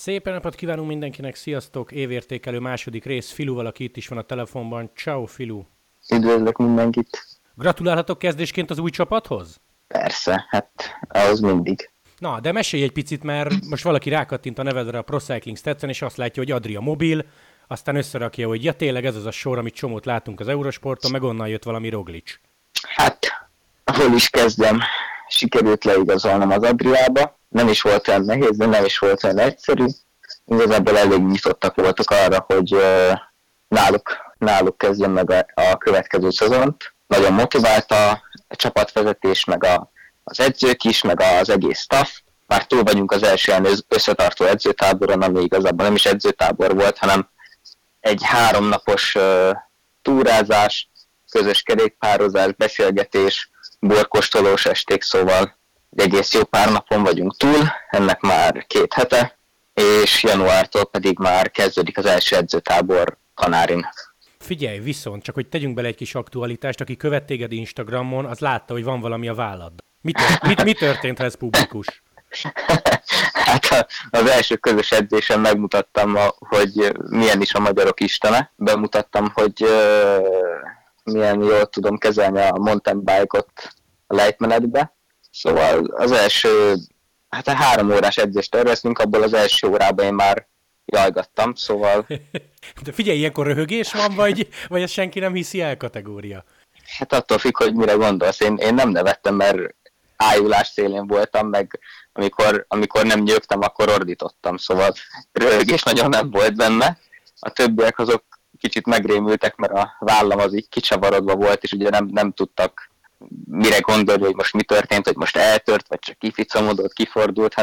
Szépen napot kívánunk mindenkinek, sziasztok! Évértékelő második rész, Filuval, aki itt is van a telefonban. Ciao, Filu! Üdvözlök mindenkit! Gratulálhatok kezdésként az új csapathoz? Persze, hát ahhoz mindig. Na, de mesélj egy picit, mert most valaki rákattint a nevedre a Pro Cycling Stats-en, és azt látja, hogy Adria mobil, aztán összerakja, hogy ja tényleg ez az a sor, amit csomót látunk az Eurosporton, meg onnan jött valami Roglic. Hát, hol is kezdjem? Sikerült leigazolnom az Adriába. Nem is volt olyan nehéz, de nem is volt olyan egyszerű. Igazából elég nyitottak voltak arra, hogy náluk kezdjem meg a következő szezont. Nagyon motivált a csapatvezetés, meg az edzők is, meg az egész staff. Már túl vagyunk az első ilyen összetartó edzőtáboron, ami igazából nem is edzőtábor volt, hanem egy 3 napos túrázás, közös kerékpározás, beszélgetés, borkostolós esték, szóval egy egész jó pár napon vagyunk túl, ennek már 2 hete, és januártól pedig már kezdődik az első edzőtábor Kanárin. Figyelj, viszont, csak hogy tegyünk bele egy kis aktualitást, aki követ téged Instagramon, az látta, hogy van valami a vállad. Mi történt, ha ez publikus? Hát az első közös edzésen megmutattam, hogy milyen is a magyarok istene. Bemutattam, hogy milyen jól tudom kezelni a mountain bike-ot a lejtmenetbe. Szóval az első, hát a 3 órás edzést terveztünk, abból az első órában én már jajgattam, szóval... De figyelj, ilyenkor röhögés van, vagy ez senki nem hiszi el kategória? Hát attól függ, hogy mire gondolsz. Én nem nevettem, mert ájulás szélén voltam, meg amikor nem nyögtem, akkor ordítottam, szóval röhögés nagyon nem volt benne. A többiek azok kicsit megrémültek, mert a vállam az így kicsavarodva volt, és ugye nem tudtak mire gondolni, hogy most mi történt, hogy most eltört, vagy csak kificamodott, kifordult,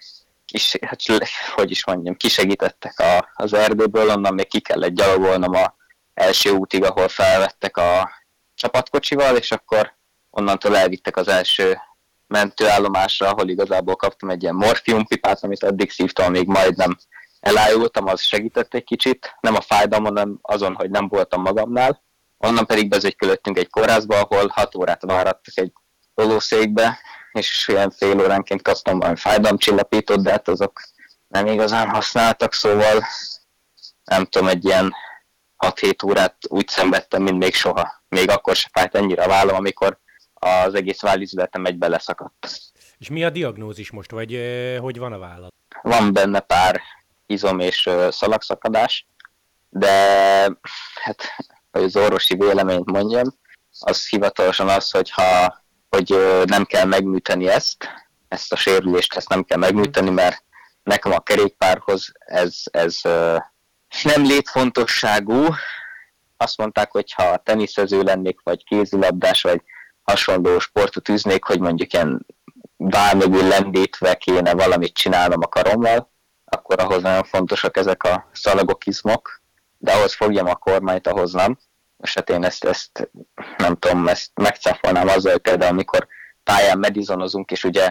hogy is mondjam, kisegítettek az erdőből, onnan még ki kellett gyalogolnom az első útig, ahol felvettek a csapatkocsival, és akkor onnantól elvittek az első mentőállomásra, ahol igazából kaptam egy ilyen morfiumpipát, amit addig szívtam, amíg majdnem elájultam, az segített egy kicsit, nem a fájdalmon, hanem azon, hogy nem voltam magamnál. Onnan pedig bezögykölöttünk egy kórházba, ahol 6 órát várattak egy tolószékbe, és ilyen fél óránként kaptam valami fájdalomcsillapítót, de hát azok nem igazán használtak, szóval nem tudom, egy ilyen 6-7 órát úgy szenvedtem, mint még soha. Még akkor se fájt ennyire a vállam, amikor az egész vállizületem egy beleszakadt. És mi a diagnózis most, vagy hogy van a vállad? Van benne pár izom és szalagszakadás, de hát, hogy az orvosi véleményt mondjam, az hivatalosan az, hogy nem kell megműteni ezt a sérülést, ezt nem kell megműteni, mert nekem a kerékpárhoz ez nem létfontosságú. Azt mondták, hogy ha teniszező lennék, vagy kézilabdás, vagy hasonló sportot űznék, hogy mondjuk ilyen vál mögül lendítve kéne valamit csinálnom a karommal, akkor ahhoz nagyon fontosak ezek a szalagok, izmok, de ahhoz fogjam a kormányt, ahhoz nem. És hát én ezt nem tudom, ezt megcáfolnám azzal, hogy például amikor pályán medizonozunk, és ugye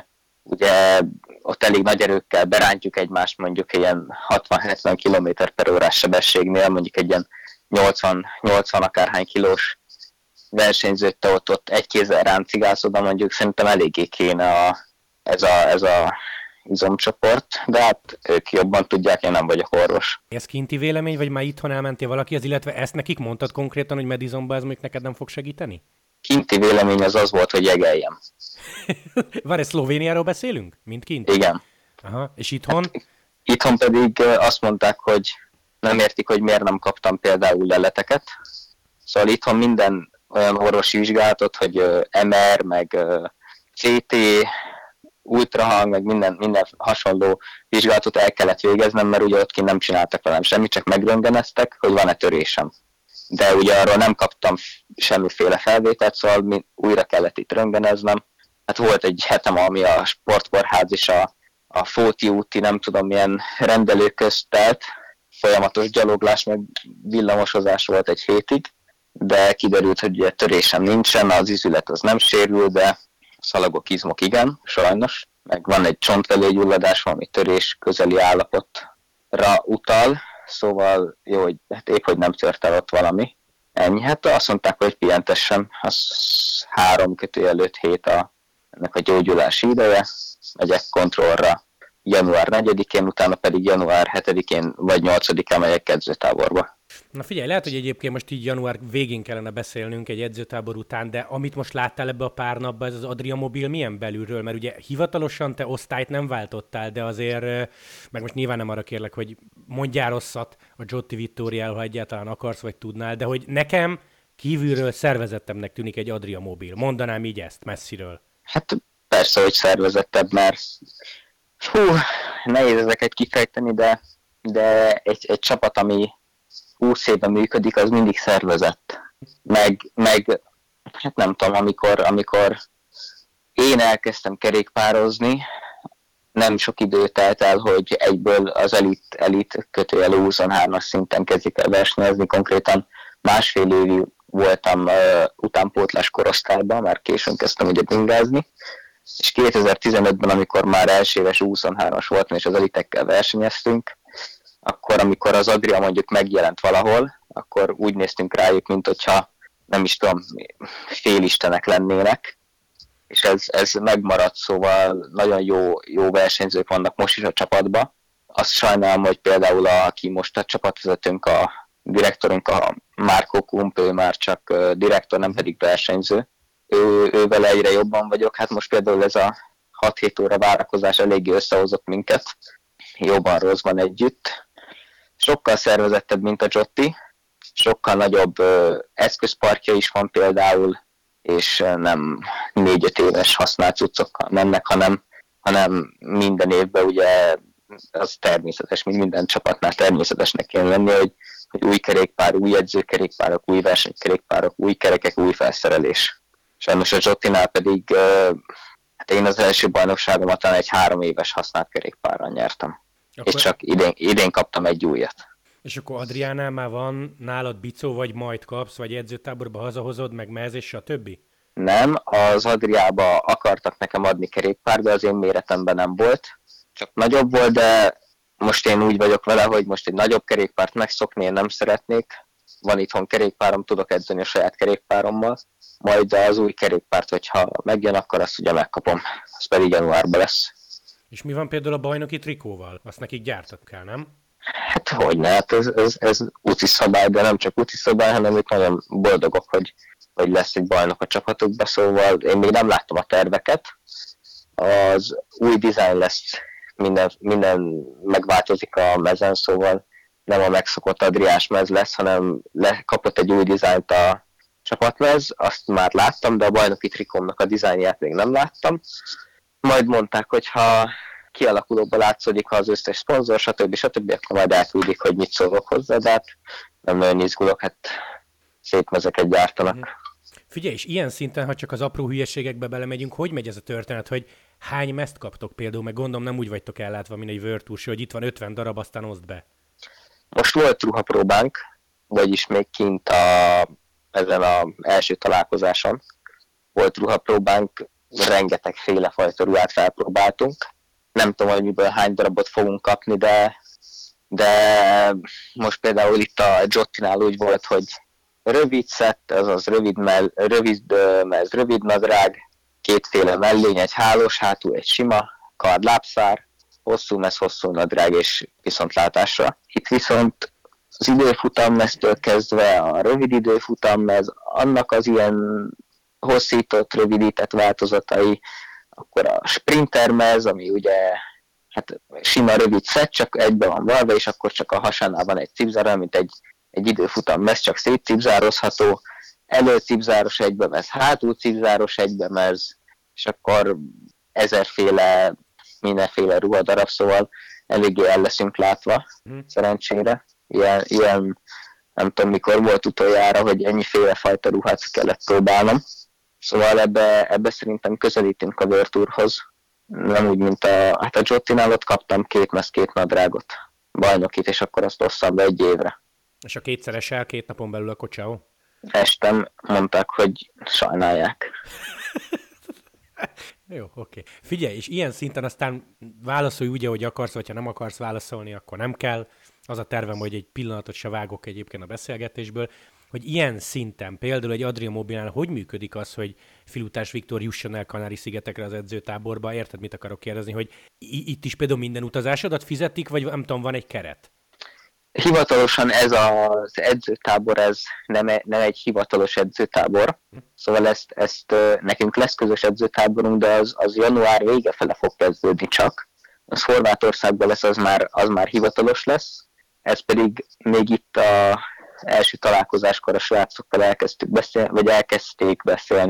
ott elég nagy erőkkel berántjuk egymást, mondjuk ilyen 60-70 km/h sebességnél, mondjuk egy ilyen 80 akárhány kilós versenyzőt te ott egy kézzel ráncigálsz oda, mondjuk szerintem eléggé kéne ez a izomcsoport, de hát ők jobban tudják, én nem vagyok orvos. Ez kinti vélemény, vagy már itthon elmentél valakihez, illetve ezt nekik mondtad konkrétan, hogy Madisonba ez még neked nem fog segíteni? Kinti vélemény az volt, hogy jegeljem. Várj, Szlovéniáról beszélünk? Mint kint? Igen. Aha, és itthon? Hát, itthon pedig azt mondták, hogy nem értik, hogy miért nem kaptam például leleteket. Szóval itthon minden olyan orvosi vizsgálatot, hogy MR, meg CT, ultrahang, meg minden hasonló vizsgálatot el kellett végeznem, mert ugye ott kint nem csináltak velem semmit, csak megröntgeneztek, hogy van-e törésem. De ugye arról nem kaptam semmiféle felvételt, szóval újra kellett itt röntgeneznem. Hát volt egy hetem, ami a sportkórház és a Fóti úti, nem tudom milyen rendelők közt telt, folyamatos gyaloglás, meg villamosozás volt egy hétig, de kiderült, hogy ugye törésem nincsen, az izület az nem sérül, de szalagok, izmok igen, sajnos. Meg van egy csontvelőgyulladás, valami törés közeli állapotra utal, szóval jó, hogy hát épp, hogy nem tört el ott valami. Ennyi. Hát azt mondták, hogy pihentessem, az 3-5 hét ennek a gyógyulási ideje, megyek kontrollra január 4-én, utána pedig január 7-én vagy 8-án megyek edzőtáborba. Na figyelj, lehet, hogy egyébként most így január végén kellene beszélnünk egy edzőtábor után, de amit most láttál ebbe a pár napba, ez az Adria Mobil milyen belülről? Mert ugye hivatalosan te osztályt nem váltottál, de azért, meg most nyilván nem arra kérlek, hogy mondjál rosszat a Giotti Vittoriáról, ha egyáltalán akarsz, vagy tudnál, de hogy nekem kívülről szervezettebbnek tűnik egy Adria Mobil. Mondanám így ezt messziről. Hát persze, hogy szervezettebb, mert nehéz ezeket kifejteni, de egy csapat, ami 20 éve működik, az mindig szervezett. Meg hát nem tudom, amikor én elkezdtem kerékpározni, nem sok idő telt el, hogy egyből az elit kötőjel 23-as szinten kezdik el versenyezni. Konkrétan másfél évig voltam utánpótlás korosztályban, már későn kezdtem ugye bingázni, és 2015-ben, amikor már elsőéves 23-as voltam, és az elitekkel versenyeztünk, akkor, amikor az Adria mondjuk megjelent valahol, akkor úgy néztünk rájuk, mint hogyha nem is tudom, félistenek lennének, és ez megmaradt, szóval nagyon jó versenyzők vannak most is a csapatban. Azt sajnálom, hogy például aki most a csapatvezetőnk, a direktorunk, a Márkó Kump, ő már csak direktor, nem pedig versenyző. Ővel egyre jobban vagyok, hát most például ez a 6-7 óra várakozás eléggé összehozott minket, jobban rosszban együtt. Sokkal szervezettebb, mint a Giotti, sokkal nagyobb eszközparkja is van például, és nem 4-5 éves használt cuccokkal mennek, hanem minden évben ugye az természetes, mint minden csapatnál természetesnek kell lenni, hogy új kerékpár, új edzőkerékpárok, új versenykerékpárok, új kerekek, új felszerelés. Sajnos a Giottinál pedig hát én az első bajnokságomat talán egy 3 éves használt kerékpárral nyertem. Akkor... És csak idén kaptam egy újat. És akkor Adriánál már van nálad bicó, vagy majd kapsz, vagy edzőtáborba hazahozod, meg mez, és stb.? Nem, az Adriába akartak nekem adni kerékpár, de az én méretemben nem volt. Csak nagyobb volt, de most én úgy vagyok vele, hogy most egy nagyobb kerékpárt megszokni én nem szeretnék. Van itthon kerékpárom, tudok edzeni a saját kerékpárommal. Majd az új kerékpárt, hogyha megjön, akkor azt ugye megkapom. Az pedig januárban lesz. És mi van például a bajnoki trikóval? Azt nekik gyártat kell, nem? Hát hogyne, hát ez UCI szabály, de nem csak UCI szabály, hanem itt nagyon boldogok, hogy lesz egy bajnok a csapatukba, szóval én még nem láttam a terveket. Az új dizájn lesz, minden megváltozik a mezen, szóval nem a megszokott Adriás mez lesz, hanem kapott egy új dizájnt a csapatmez, azt már láttam, de a bajnoki trikómnak a dizájnját még nem láttam. Majd mondták, hogy ha kialakulóban látszódik, ha az összes szponzor, stb. Akkor majd elküldik, hogy mit szólok hozzá, de hát nem nagyon izgulok, hát szép mezeket gyártanak. Figyelj, és ilyen szinten, ha csak az apró hülyeségekbe belemegyünk, hogy megy ez a történet, hogy hány mezt kaptok például, meg gondolom nem úgy vagytok ellátva, mint egy World Tour show, hogy itt van 50 darab, aztán oszd be. Most volt ruhapróbánk, vagyis még kint ezen az első találkozáson volt ruhapróbánk, rengeteg fajta ruhát felpróbáltunk. Nem tudom, hogy miből hány darabot fogunk kapni, de most például itt a Giottinál úgy volt, hogy rövid szett, azaz rövid mez, rövid nadrág, kétféle mellény, egy hálós hátul, egy sima, kardlábszár, hosszú mez, hosszú nadrág és viszontlátásra. Itt viszont az időfutammeztől kezdve a rövid időfutammez, annak az ilyen hosszított, rövidített változatai, akkor a sprintermez, ami ugye hát sima rövid szett, csak egybe van valva, és akkor csak a hasánál van egy cipzára, mint egy időfutammez, csak szétcipzározható, előcipzáros egybemez, hátul cipzáros egybemez, és akkor mindenféle ruhadarab, szóval eléggé el leszünk látva, szerencsére. Ilyen, nem tudom mikor volt utoljára, hogy ennyiféle fajta ruhát kellett próbálnom. Szóval ebbe szerintem közelítünk a World Tourhoz. Nem úgy, mint a Giottinál ott kaptam 2 mez, 2 nadrágot, bajnokit, és akkor azt osszam be 1 évre. És a kétszeres el 2 napon belül a ciao? Estem, mondták, hogy sajnálják. Jó, oké. Figyelj, és ilyen szinten aztán válaszolj úgy, ahogy akarsz, vagy ha nem akarsz válaszolni, akkor nem kell. Az a tervem, hogy egy pillanatot se vágok egyébként a beszélgetésből, hogy ilyen szinten, például egy Adria Mobilnál hogy működik az, hogy Filutás Viktor jusson el Kanári-szigetekre az edzőtáborba? Érted, mit akarok kérdezni, hogy itt is például minden utazásodat fizetik, vagy nem tudom, van egy keret? Hivatalosan ez az edzőtábor, ez nem egy hivatalos edzőtábor, szóval ezt nekünk lesz közös edzőtáborunk, de az január vége fele fog kezdődni csak. Az Horvátországban lesz, az már hivatalos lesz, ez pedig még itt a első találkozáskor a srácokkal elkezdték beszélni,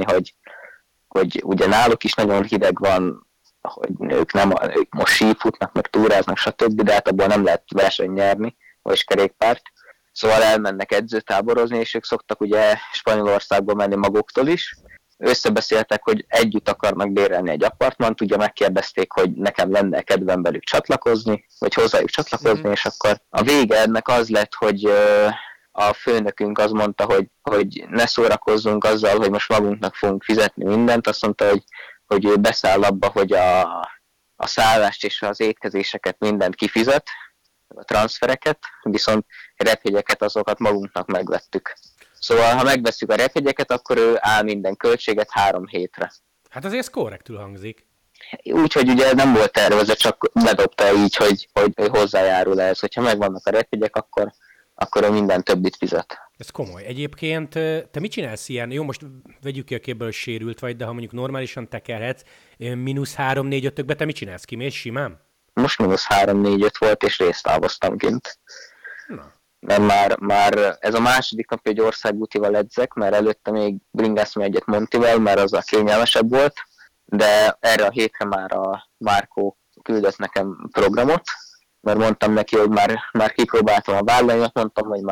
hogy ugye náluk is nagyon hideg van, hogy ők most sífutnak, meg túráznak, stb., de hát abból nem lehet verseny nyerni, vagy kerékpárt. Szóval elmennek edzőtáborozni, és ők szoktak ugye Spanyolországba menni maguktól is. Összebeszéltek, hogy együtt akarnak bérelni egy apartmant, ugye megkérdezték, hogy nekem lenne kedvem velük csatlakozni, vagy hozzájuk csatlakozni, és akkor a vége ennek az lett, hogy a főnökünk azt mondta, hogy ne szórakozzunk azzal, hogy most magunknak fogunk fizetni mindent, azt mondta, hogy ő beszáll abba, hogy a szállást és az étkezéseket mindent kifizet, a transfereket, viszont repjegyeket azokat magunknak megvettük. Szóval, ha megveszünk a repjegyeket, akkor ő áll minden költséget 3 hétre. Hát azért ez korrektül hangzik. Úgyhogy ugye nem volt tervezve, csak bedobta így, hogy hozzájárul ehhez. Hogyha megvannak a repjegyek, akkor ő minden többit fizet. Ez komoly. Egyébként te mit csinálsz ilyen? Jó, most vegyük ki a képből, hogy sérült vagy, de ha mondjuk normálisan tekerhetsz, -3-4-5-ökbe te mit csinálsz? Kimész simán? Most -3-4-5 volt, és résztávoztam kint. Na. Mert már ez a második nap egy országútival edzek, mert előtte még bringáztam egyet Montival, mert az a kényelmesebb volt, de erre a hétre már a Márkó küldött nekem programot, mert mondtam neki, hogy már kipróbáltam a vállaimat, mondtam, hogy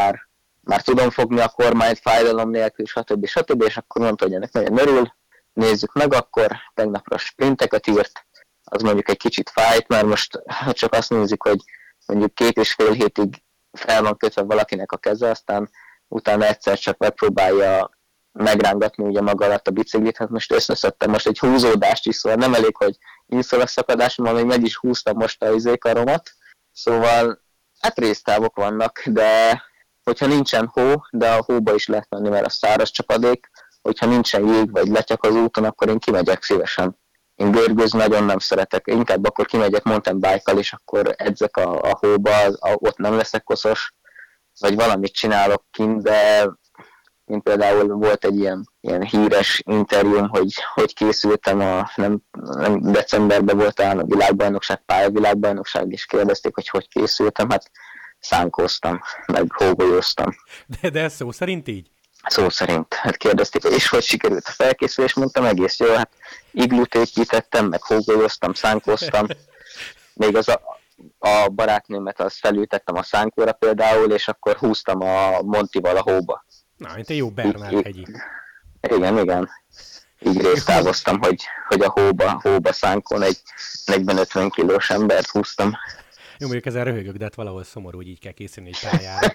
már tudom fogni a kormányt fájdalom nélkül, stb. És akkor mondta, hogy ennek nagyon örül, nézzük meg, akkor tegnapra sprinteket írt, az mondjuk egy kicsit fájt, mert most csak azt nézik, hogy mondjuk 2,5 hétig fel van kötve valakinek a keze, aztán utána egyszer csak megpróbálja megrángatni ugye maga alatt a biciklit, hát most összeszedtem most egy húzódást is, szóval nem elég, hogy ízszol a szakadás, mert még meg is húztam most a izékaromat, szóval hát résztávok vannak, de hogyha nincsen hó, de a hóba is lehet menni, mert a száraz csapadék, hogyha nincsen jég vagy letyak az úton, akkor én kimegyek szívesen. Én görgőzni nagyon nem szeretek, inkább akkor kimegyek mountain bike-kal, és akkor edzek a hóba, ott nem leszek koszos, vagy valamit csinálok kint, de én például volt egy ilyen híres interjúm, hogy készültem, nem decemberben volt a világbajnokság, pályavilágbajnokság, és kérdezték, hogy készültem, hát szánkóztam, meg hógolyóztam. De ez szó szerint így? Szó szerint. Hát kérdezték, és hogy sikerült a felkészülés, mondtam, egész jó, hát iglút építettem, meg hógolyóztam, szánkóztam. Még a barátnőmet azt felültettem a szánkóra például, és akkor húztam a Montival a hóba. Na, mint egy jó Bernát hegyi. Igen. Így résztávoztam, hogy a hóba szánkon egy 40-50 kilós embert húztam. Jó, mondjuk ezen röhögök, de hát valahol szomorú, hogy így kell készülni egy pályára.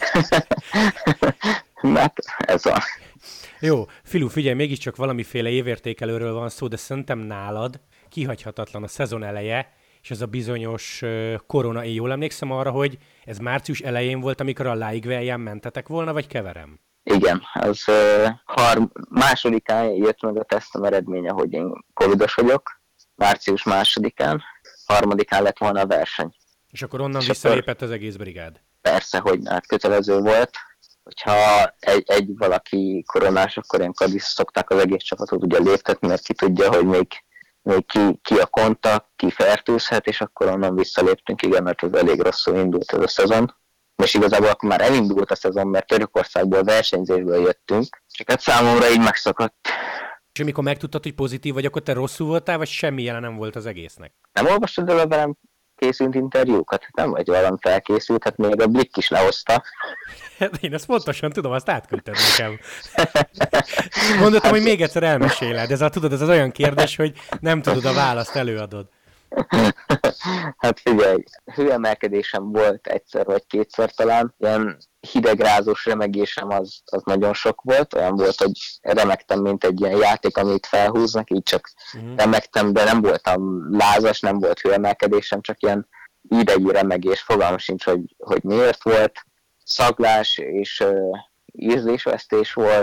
Hát, ez a... Jó, Filu, figyelj, mégiscsak valamiféle évértékelőről van szó, de szerintem nálad kihagyhatatlan a szezon eleje, és ez a bizonyos korona. Én jól emlékszem arra, hogy ez március elején volt, amikor a Laigvelján mentetek volna, vagy keverem? Igen, az másodikán jött meg a tesztem eredménye, hogy én covidos vagyok, március 2-án, 3-án lett volna a verseny. És akkor onnan visszalépett az egész brigád? Persze, hogy hát kötelező volt. Hogyha egy valaki koronás, akkor ilyenkor visszaszokták az egész csapatot ugye léptetni, mert ki tudja, hogy még ki a kontakt, ki fertőzhet, és akkor onnan visszaléptünk, igen, mert ez elég rosszul indult ez a szezon. És igazából akkor már elindult a szezon, mert Törökországból versenyzésből jöttünk, csak hát számomra így megszakadt. És amikor megtudtad, hogy pozitív vagy, akkor te rosszul voltál, vagy semmi jelen nem volt az egésznek? Nem olvastad el a velem készült interjúkat? Nem vagy valami felkészült, hát még a Blick is lehozta. Én ezt pontosan tudom, azt átküldted nekem. Mondottam, hogy még egyszer elmeséled. Ez az olyan kérdés, hogy nem tudod a választ, előadod. Hát figyelj, hőemelkedésem volt egyszer vagy kétszer talán, ilyen hidegrázós remegésem az nagyon sok volt, olyan volt, hogy remegtem, mint egy ilyen játék, amit felhúznak, így csak remegtem, de nem voltam lázas, nem volt hőemelkedésem, csak ilyen idegi remegés, fogalmam sincs, hogy miért volt, szaglás és ízlésvesztés volt,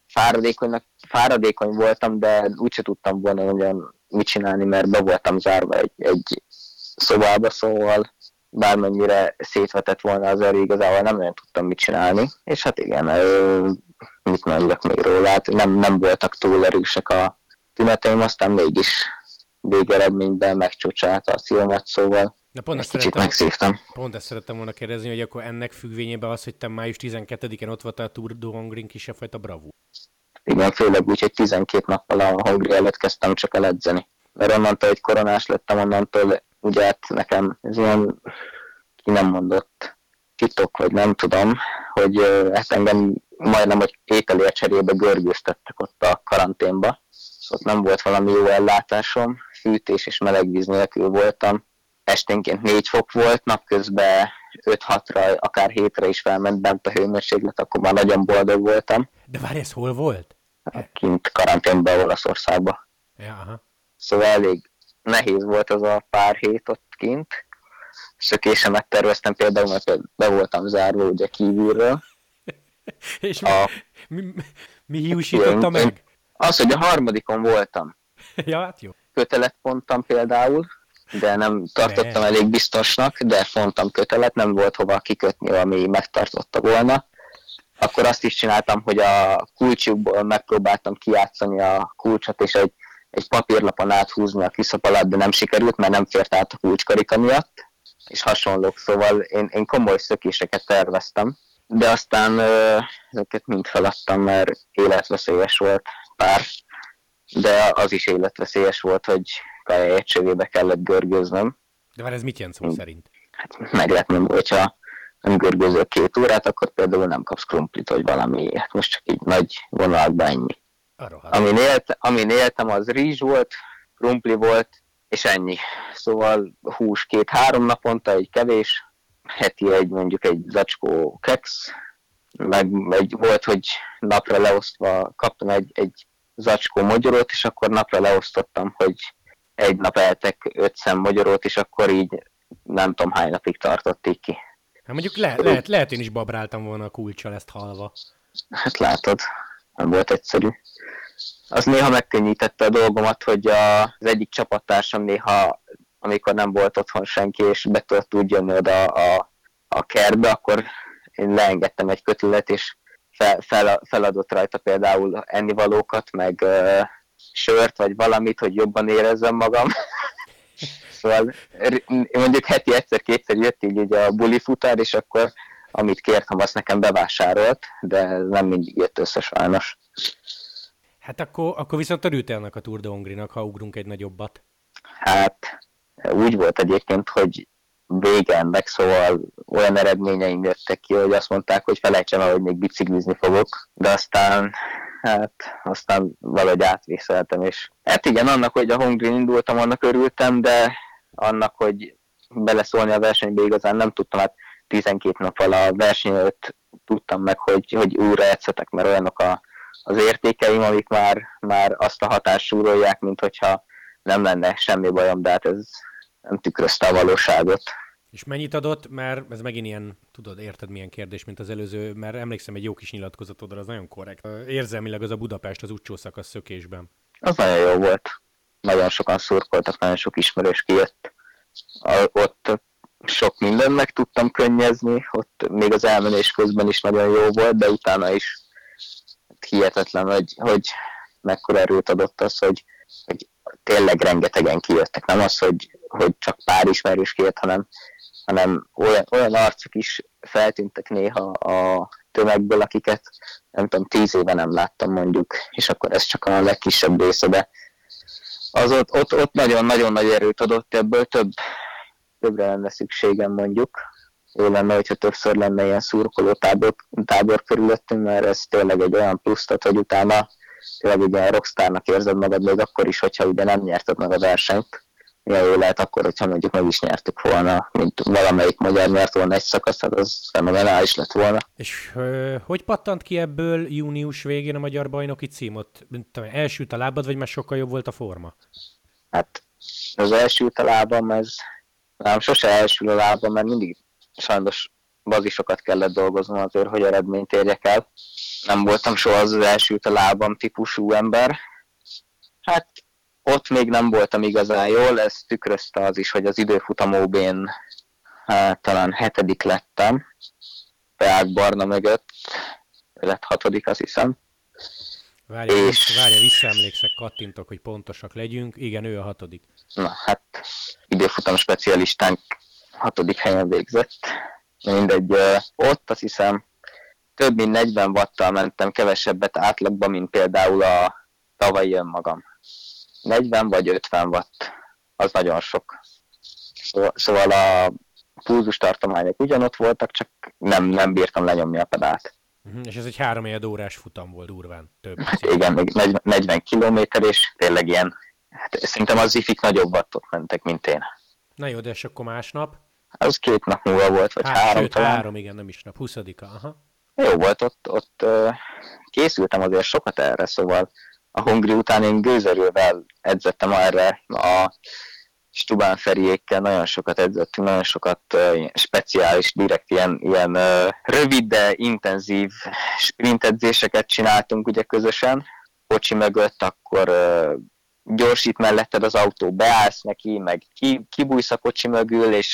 fáradékony voltam, de úgyse tudtam volna nagyon mit csinálni, mert be voltam zárva egy szobába, szóval bármennyire szétvetett volna az erő, igazából nem nagyon tudtam mit csinálni, és hát igen, mit mondjak még róla, hát nem voltak túl erősek a tüneteim, aztán mégis végeredményben megcsúcsált a szívemet, szóval kicsit megszívtam. Pont ezt szerettem volna kérdezni, hogy akkor ennek függvényében az, hogy te május 12-én ott voltál a Tour de Hongrin is egyfajta bravúr. Igen, főleg úgy, hogy 12 nappal a Hongri előtt kezdtem csak el edzeni. Mert onnantól, hogy koronás lettem, onnantól ugye hát nekem ez ilyen ki nem mondott titok, vagy nem tudom, hogy hát engem majdnem, hogy ételért cserébe görgőztettek ott a karanténba. Szóval nem volt valami jó ellátásom, fűtés és meleg víz nélkül voltam. Esténként 4 fok volt, napközben 5-6-ra, akár 7-re is felment bent a hőmérséklet, akkor már nagyon boldog voltam. De várj, ez hol volt? Kint karanténban, Olaszországban. Ja, aha. Szóval elég nehéz volt az a pár hét ott kint. Szökésemet terveztem például, mert be voltam zárva ugye kívülről. És mi hiúsította meg? Az, hogy a harmadikon voltam. Ja, hát jó. Kötelet fontam például, de nem tartottam elég biztosnak, de fontam kötelet, nem volt hova kikötni, ami megtartotta volna. Akkor azt is csináltam, hogy a kulcsukból megpróbáltam kijátszani a kulcsot, és egy papírlapon áthúzni a küszöb de nem sikerült, mert nem fért át a kulcskarika miatt, és hasonlók, szóval én komoly szökéseket terveztem, de aztán ezeket mind feladtam, mert életveszélyes volt pár, de az is életveszélyes volt, hogy kaja csövébe kellett görgőznöm. De már ez mit jelent szó szerint? Hát meglepném, hogyha nem görgőzöl 2 órát, akkor például nem kapsz krumplit, vagy valami. Hát most csak így nagy vonalakban ennyi. Amin éltem, az rizs volt, krumpli volt, és ennyi. Szóval hús 2-3 naponta, egy kevés, heti mondjuk egy zacskó keksz, meg volt, hogy napra leosztva kaptam egy zacskó mogyorót, és akkor napra leosztottam, hogy egy nap eltek 5 szem mogyorót, és akkor így nem tudom hány napig tartotték ki. Hát mondjuk lehet én is babráltam volna a kulccsal ezt halva. Hát látod, nem volt egyszerű. Az néha megkönnyítette a dolgomat, hogy az egyik csapattársam néha, amikor nem volt otthon senki, és be tudott úgy jönni oda a kertbe, akkor én leengedtem egy kötelet, és feladott rajta például ennivalókat, meg sört, vagy valamit, hogy jobban érezzem magam. Szóval mondjuk heti egyszer-kétszer jött így a bulifutár, és akkor amit kértem, azt nekem bevásárolt, de nem mindig jött össze sajnos. Hát akkor viszont örültél a Tour de Hongrinak, ha ugrunk egy nagyobbat. Hát úgy volt egyébként, hogy vége ennek, szóval olyan eredményeim jöttek ki, hogy azt mondták, hogy felejtsem el, hogy még biciklizni fogok, de aztán valahogy átvészeltem, és hát igen, annak, hogy a Hongrin indultam, annak örültem, de annak, hogy beleszólni a versenybe igazán nem tudtam, hát 12 nappal a verseny előtt tudtam meg, hogy újra edzhetek, mert olyanok az értékeim, amik már azt a hatást súrolják, mint hogyha nem lenne semmi bajom, de hát ez nem tükrözte a valóságot. És mennyit adott? Mert ez megint ilyen, tudod, érted milyen kérdés, mint az előző, mert emlékszem egy jó kis nyilatkozatodra, az nagyon korrekt. Érzelmileg az a Budapest az utcsó szakasz szökésben. Az nagyon jó volt. Nagyon sokan szurkoltak, nagyon sok ismerős kijött. Ott sok mindent meg tudtam könnyezni, ott még az elmenés közben is nagyon jó volt, de utána is hihetetlen, hogy mekkora erőt adott az, hogy tényleg rengetegen kijöttek. Nem az, hogy csak pár ismerős kijött, hanem olyan arcok is feltűntek néha a tömegből, akiket nem tudom, 10 éve nem láttam mondjuk, és akkor ez csak a legkisebb része, de az ott nagyon-nagyon nagy erőt adott, ebből többre lenne szükségem mondjuk. Jó lenne, hogyha többször lenne ilyen szurkoló tábor körülöttünk, mert ez tényleg egy olyan pluszt ad, hogy utána tényleg egy ilyen rockstárnak érzed magad még akkor is, hogyha ugye nem nyerted meg a versenyt. Milyen jó lehet akkor, hogyha mondjuk meg is nyertük volna, mint valamelyik magyar nyert volna egy szakaszat, az fenomenális lett volna. És hogy pattant ki ebből június végén a magyar bajnoki cím? Ott elsült a lábad, vagy már sokkal jobb volt a forma? Hát az elsült a lábam, Nem, sose elsül a lábam, mert mindig sajnos bazisokat kellett dolgoznom azért, hogy eredményt érjek el. Nem voltam soha az elsült a lábam típusú ember. Hát ott még nem voltam igazán jól, ez tükrözte az is, hogy az időfutam OB-n talán 7. lettem, Peák Barna mögött, lett 6. azt hiszem. Várja, visszaemlékszek, kattintok, hogy pontosak legyünk. Igen, ő a 6. Na hát, időfutam specialistánk 6. helyen végzett. Mindegy, ott azt hiszem több mint 40 watttal mentem kevesebbet átlagban, mint például a tavalyi önmagam. 40 vagy 50 watt, az nagyon sok. Szóval a pulzustartományok ugyanott voltak, csak nem bírtam lenyomni a pedált. És ez egy 3 órás futam volt durván, több. Igen, még 40 kilométer, és tényleg ilyen, hát szerintem az ifik nagyobb wattot mentek, mint én. Na jó, de és akkor másnap? Az 2 nap múlva volt, vagy 3 sőt, talán. 3, igen, nem is nap, 20-a, aha. Jó volt, ott készültem azért sokat erre, szóval a Hungri után én gőzerővel edzettem erre, a Stubán Feriékkel nagyon sokat edzettünk, nagyon sokat speciális, direkt ilyen rövid, de intenzív sprintedzéseket csináltunk ugye közösen, kocsi mögött, akkor gyorsít melletted az autó, beállsz neki, meg kibújsz a kocsi mögül, és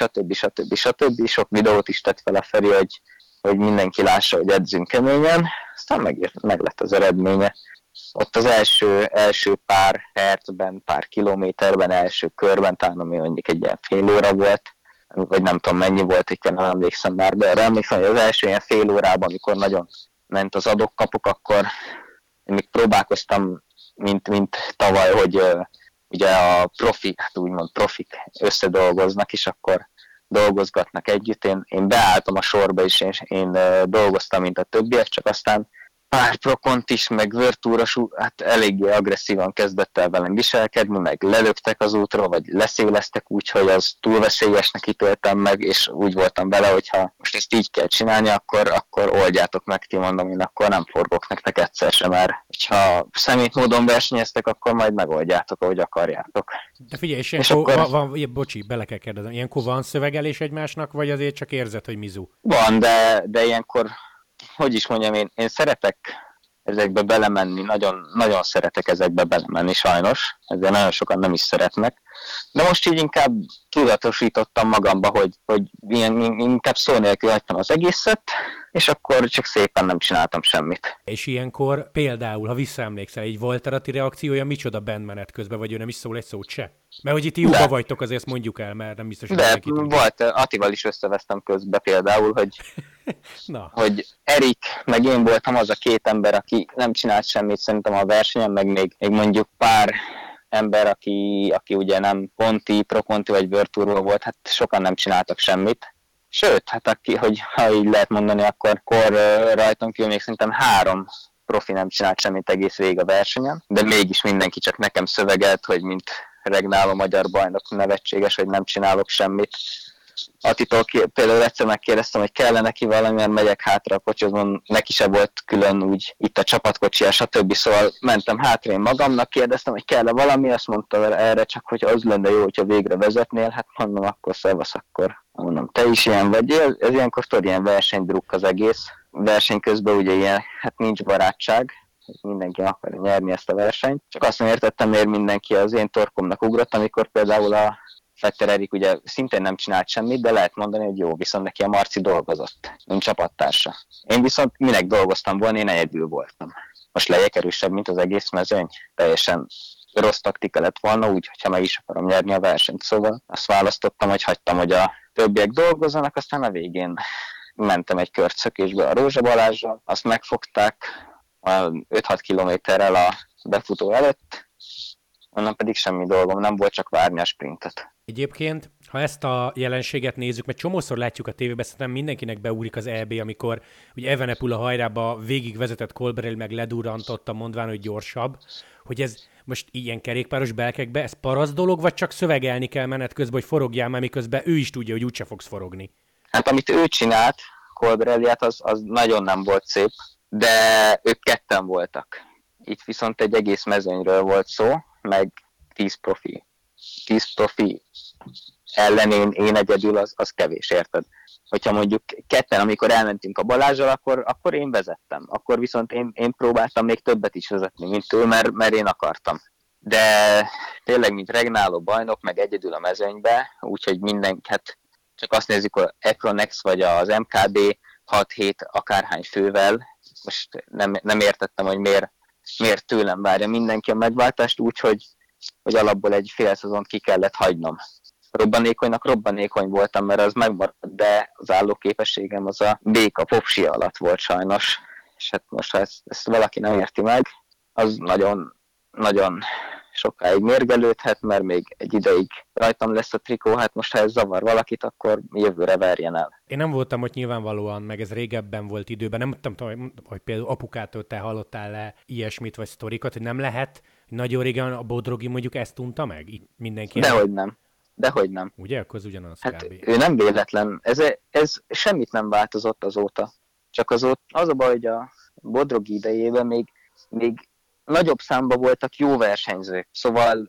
stb. Sok videót is tett fel a Feri, hogy mindenki lássa, hogy edzünk keményen, aztán meg lett az eredménye. Ott az első pár percben, pár kilométerben, első körben, talán ami mondjuk egy ilyen fél óra volt, vagy nem tudom mennyi volt, így nem emlékszem már, de emlékszem, hogy az első ilyen fél órában, amikor nagyon ment az adok-kapok, akkor én még próbálkoztam, mint tavaly, hogy ugye a profik, hát úgymond profik összedolgoznak, és akkor dolgozgatnak együtt. Én beálltam a sorba, és én dolgoztam, mint a többiek, csak aztán pár prokont is, meg vörtúros, hát eléggé agresszívan kezdett el velem viselkedni, meg lelöktek az útról, vagy leszéleztek úgy, hogy az túl veszélyesnek ítéltem meg, és úgy voltam vele, hogy ha most ezt így kell csinálni, akkor oldjátok meg, ti mondom, én akkor nem forgok nektek egyszer sem, mert ha szemét módon versenyeztek, akkor majd megoldjátok, ahogy akarjátok. De figyelj, és ilyenkor akkor... bocsi, bele kell kérdezem, ilyenkor van szövegelés egymásnak, vagy azért csak érzed, hogy mizu? Van, de ilyenkor hogy is mondjam, én szeretek ezekbe belemenni, nagyon, nagyon szeretek ezekbe belemenni sajnos, ezért nagyon sokan nem is szeretnek. De most így inkább tudatosítottam magamba, hogy inkább szó nélkül hagytam az egészet, és akkor csak szépen nem csináltam semmit. És ilyenkor például, ha visszaemlékszel, így volt a ti reakciója, micsoda bennmenet közben, vagy ő nem is szól egy szót se? Mert hogy itt jóba vagytok, azért ezt mondjuk el, mert nem biztos, hogy de volt, Attival is összevesztem közben például, hogy Erik, meg én voltam az a 2 ember, aki nem csinált semmit szerintem a versenyen, meg még mondjuk pár ember, aki ugye nem Pro-Conti vagy World Tour volt, hát sokan nem csináltak semmit. Sőt, hát ha így lehet mondani, akkor rajtam kívül még szerintem 3 profi nem csinált semmit egész végig a versenyen, de mégis mindenki csak nekem szövegelt, hogy mint regnáló magyar bajnok nevetséges, hogy nem csinálok semmit. Attitól például egyszer megkérdeztem, hogy kellene neki valami, mert megyek hátra a kocsihoz, neki se volt külön úgy itt a csapatkocsia, stb. Szóval mentem hátra én magamnak, kérdeztem, hogy kell-e valami, azt mondta erre csak, hogy az lenne jó, hogyha végre vezetnél, hát mondom, akkor szevasz, akkor mondom, te is ilyen vagy, ez ilyenkor tudod, ilyen versenydrukk az egész. Verseny közben ugye ilyen, hát nincs barátság, mindenki akarja nyerni ezt a versenyt. Csak azt nem értettem, miért mindenki az én torkomnak ugrott, amikor például a Fetter Erik ugye szintén nem csinált semmit, de lehet mondani, hogy jó, viszont neki a Marci dolgozott, mint csapattársa. Én viszont minek dolgoztam volna, én egyedül voltam. Most legyek erősebb, mint az egész mezőny. Teljesen rossz taktika lett volna, úgy, hogyha meg is akarom nyerni a versenyt. Szóval azt választottam, hogy hagytam, hogy a többiek dolgozzanak, aztán a végén mentem egy kört szökésbe a Rózsa Balázsral, azt megfogták 5-6 kilométerrel a befutó előtt, onnan pedig semmi dolgom nem volt, csak várni a sprintet. Egyébként, ha ezt a jelenséget nézzük, mert csomószor látjuk a tévében, szerintem mindenkinek beúrik az EB, amikor ugye Evenepoel a hajrába végigvezetett Colbrelli meg ledurrantotta, mondván, hogy gyorsabb, hogy ez most ilyen kerékpáros belkekbe, ez paraszt dolog, vagy csak szövegelni kell menet közben, hogy forogjál, mert miközben ő is tudja, hogy úgyse fogsz forogni? Hát amit ő csinált, Colbrelli-et, az nagyon nem volt szép, de ők ketten voltak. Itt viszont egy egész mezőnyről volt szó, meg 10 profi ellen én egyedül, az kevés, érted? Hogyha mondjuk ketten, amikor elmentünk a Balázsral, akkor én vezettem. Akkor viszont én próbáltam még többet is vezetni, mint ő, mert én akartam. De tényleg, mint regnáló bajnok, meg egyedül a mezőnybe, úgyhogy mindenket, csak azt nézzük, hogy Epronex vagy az MKB 6-7 akárhány fővel, most nem értettem, hogy miért tőlem várja mindenki a megváltást, úgyhogy alapból egy fél szezont ki kellett hagynom. Robbanékony voltam, mert az megmaradt, de az állóképességem az a béka popsia alatt volt sajnos. És hát most, ha ezt valaki nem érti meg, az nagyon, nagyon sokáig mérgelődhet, mert még egy ideig rajtam lesz a trikó, hát most ha ez zavar valakit, akkor jövőre verjen el. Én nem voltam ott nyilvánvalóan, meg ez régebben volt időben, nem tudom, hogy például apukától te hallottál-e ilyesmit, vagy sztorikat, hogy nem lehet, hogy nagyon régen a Bodrogi mondjuk ezt unta meg? Itt mindenki... Dehogy nem. Ugye? Akkor az ugyanaz hát kb. Ő nem véletlen. Ez semmit nem változott azóta. Csak az a baj, hogy a Bodrogi idejében még nagyobb számban voltak jó versenyzők. Szóval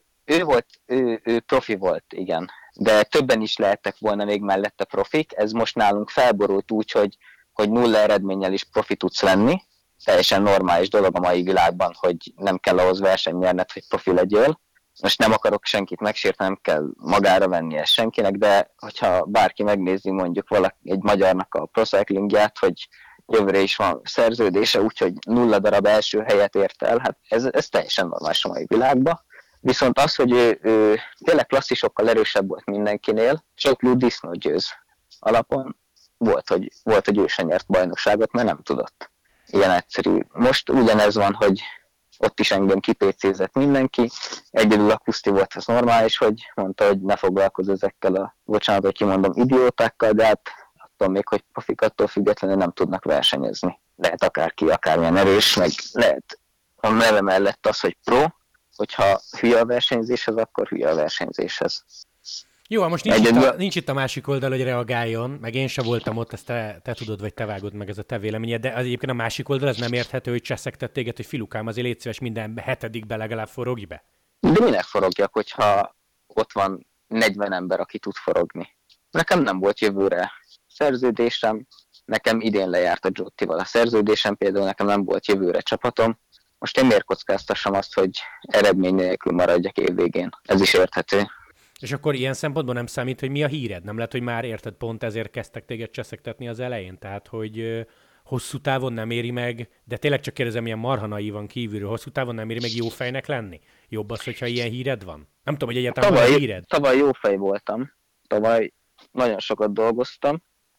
ő profi volt, igen. De többen is lehettek volna még mellette profik. Ez most nálunk felborult úgy, hogy nulla eredménnyel is profi tudsz lenni. Teljesen normális dolog a mai világban, hogy nem kell ahhoz versenyt nyerned, hogy profi legyél. Most nem akarok senkit megsérteni, nem kell magára venni ezt senkinek, de hogyha bárki megnézi mondjuk egy magyarnak a Pro Cyclingját, hogy jövőre is van szerződése, úgyhogy 0 darab első helyet ért el, hát ez teljesen normális a mai világban. Viszont az, hogy ő tényleg klasszisokkal erősebb volt mindenkinél, sok disznót győz alapon, volt, hogy ő sem nyert bajnokságot, mert nem tudott. Ilyen egyszerű. Most ugyanez van, hogy ott is engem kipécézett mindenki, egyedül a Kuszti volt az normális, hogy mondta, hogy ne foglalkozz ezekkel a, bocsánat, hogy kimondom, idiótákkal, de hát attól még, hogy profik attól függetlenül nem tudnak versenyezni. Lehet akárki, akármilyen erős, meg lehet a neve mellett az, hogy pro, hogyha hülye a versenyzéshez, akkor hülye a versenyzéshez. Jó, most nincs itt a másik oldal, hogy reagáljon, meg én sem voltam ott, ezt te tudod, vagy te vágod meg, ez a te véleményed, de az egyébként a másik oldal, ez nem érthető, hogy cseszegtett téged, hogy filukám, azért légy szíves, minden hetedikbe legalább forogj be. De minek forogjak, hogyha ott van 40 ember, aki tud forogni? Nekem nem volt jövőre szerződésem, nekem idén lejárt a Giottival a szerződésem, például nekem nem volt jövőre csapatom. Most én miért kockáztassam azt, hogy eredmény nélkül maradjak évvégén? Ez is érthető. És akkor ilyen szempontból nem számít, hogy mi a híred? Nem lehet, hogy már érted, pont ezért kezdtek téged cseszegtetni az elején? Tehát, hogy hosszú távon nem éri meg, de tényleg csak kérdezem, ilyen marha naívan kívülről, hosszú távon nem éri meg jó fejnek lenni? Jobb az, hogyha ilyen híred van? Nem tudom, hogy egyáltalán van híred. Tavaly jó fej voltam. Tavaly nagyon sokat dolgoztam.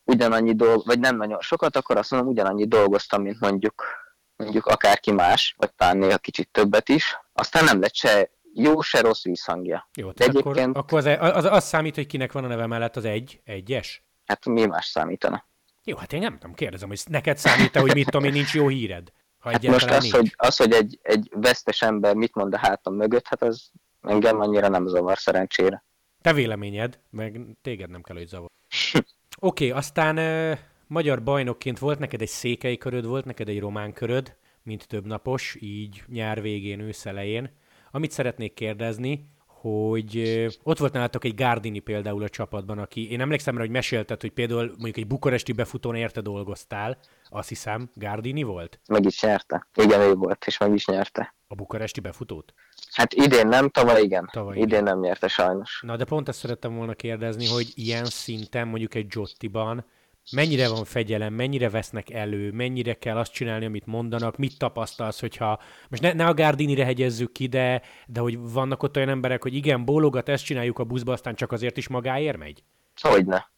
Vagy nem nagyon sokat, akkor azt mondom, ugyanannyi dolgoztam, mint mondjuk akárki más, vagy talán néha kicsit többet is. Aztán nem lett se jó, se rossz vízhangja. Jó, de egyébként... akkor az számít, hogy kinek van a neve mellett az egyes? Hát mi más számítana? Jó, hát én nem tudom, kérdezem, hogy neked számít-e, hogy mit tudom én, nincs jó híred? Hát most hogy egy vesztes ember mit mond a hátam mögött, hát az engem annyira nem zavar szerencsére. Te véleményed, meg téged nem kell, hogy zavar. Oké, aztán magyar bajnokként volt neked egy székely köröd, volt neked egy román köröd, mint többnapos, így nyár végén, ősz elején. Amit szeretnék kérdezni, hogy ott volt nálatok egy Gardini például a csapatban, aki, én emlékszem rá, hogy mesélted, hogy például mondjuk egy bukaresti befutón érte dolgoztál, azt hiszem, Gardini volt? Meg is nyerte. Igen, ő volt, és meg is nyerte. A bukaresti befutót? Hát idén nem, tavaly igen. Idén nem nyerte sajnos. Na de pont ezt szerettem volna kérdezni, hogy ilyen szinten mondjuk egy Giottiban mennyire van fegyelem, mennyire vesznek elő, mennyire kell azt csinálni, amit mondanak, mit tapasztalsz, hogyha... Most ne a Gardinire hegyezzük ki, de hogy vannak ott olyan emberek, hogy igen, bólogat, ezt csináljuk a buszba, aztán csak azért is magáért megy? Hogyne.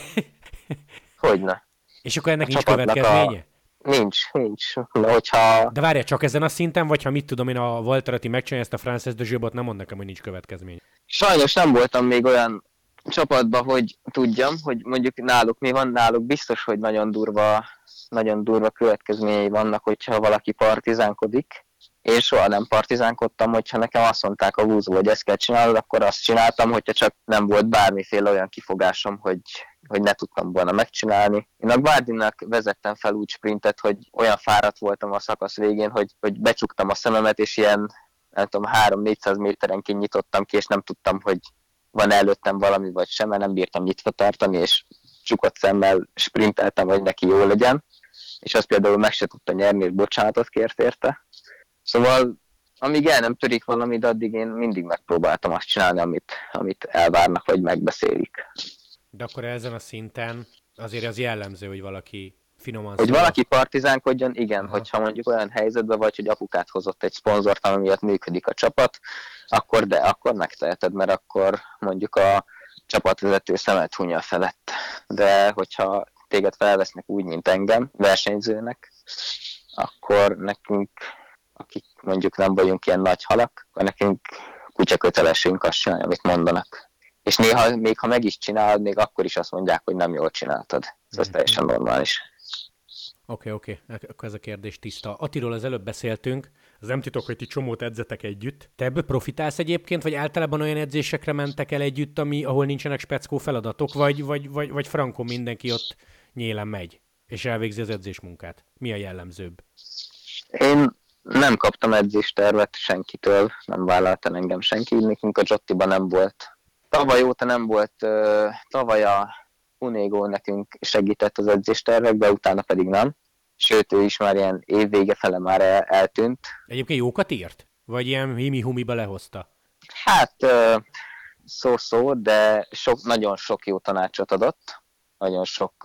Hogyne. És akkor ennek nincs következménye? Nincs. De hogyha... De várjál, csak ezen a szinten, vagy ha mit tudom én, a Valterati megcsinálja ezt a Frances de Jobot, nem mond nekem, hogy nincs következménye. Sajnos nem voltam még olyan csapatban, hogy tudjam, hogy mondjuk náluk mi van, náluk biztos, hogy nagyon durva következményei vannak, hogyha valaki partizánkodik. Én soha nem partizánkodtam, hogyha nekem azt mondták a buszból, hogy ezt kell csinálnod, akkor azt csináltam, hogyha csak nem volt bármiféle olyan kifogásom, hogy ne tudtam volna megcsinálni. Én a Gardinnak vezettem fel úgy sprintet, hogy olyan fáradt voltam a szakasz végén, hogy becsuktam a szememet, és ilyen, nem tudom, 300-400 méterenként nyitottam ki, és nem tudtam, hogy van előttem valami vagy sem, mert nem bírtam nyitva tartani, és csukott szemmel sprinteltem, hogy neki jó legyen, és azt például meg se tudta nyerni, és bocsánatot kért érte. Szóval amíg el nem törik valami, de addig én mindig megpróbáltam azt csinálni, amit elvárnak, vagy megbeszélik. De akkor ezen a szinten azért az jellemző, hogy valaki finoman Hogy szól. valaki partizánkodjon, igen, Aha. hogyha mondjuk olyan helyzetben vagy, hogy apukát hozott egy szponzort, ami miatt működik a csapat, akkor megteheted, mert akkor mondjuk a csapatvezető szemet hunya felett. De hogyha téged felvesznek úgy, mint engem, versenyzőnek, akkor nekünk, akik mondjuk nem vagyunk ilyen nagy halak, akkor nekünk kutyakötelességünk azt csinálni, amit mondanak. És néha, még ha meg is csinálod, még akkor is azt mondják, hogy nem jól csináltad. Ez teljesen normális. Oké, akkor ez a kérdés tiszta. Attiról az előbb beszéltünk, az nem titok, hogy ti csomót edzetek együtt. Te ebből profitálsz egyébként, vagy általában olyan edzésekre mentek el együtt, ahol nincsenek speckó feladatok, vagy frankon mindenki ott nyélen megy, és elvégzi az edzésmunkát? Mi a jellemzőbb? Én nem kaptam edzéstervet senkitől, nem vállalta engem senki, nekünk a Jottiban nem volt. Tavaly óta nem volt, tavaly a Unego nekünk segített az edzéstervekbe, utána pedig nem. Sőt, ő is már ilyen évvége fele már eltűnt. Egyébként jókat írt? Vagy ilyen himi-humiba lehozta? Hát szó-szó, de nagyon sok jó tanácsot adott. Nagyon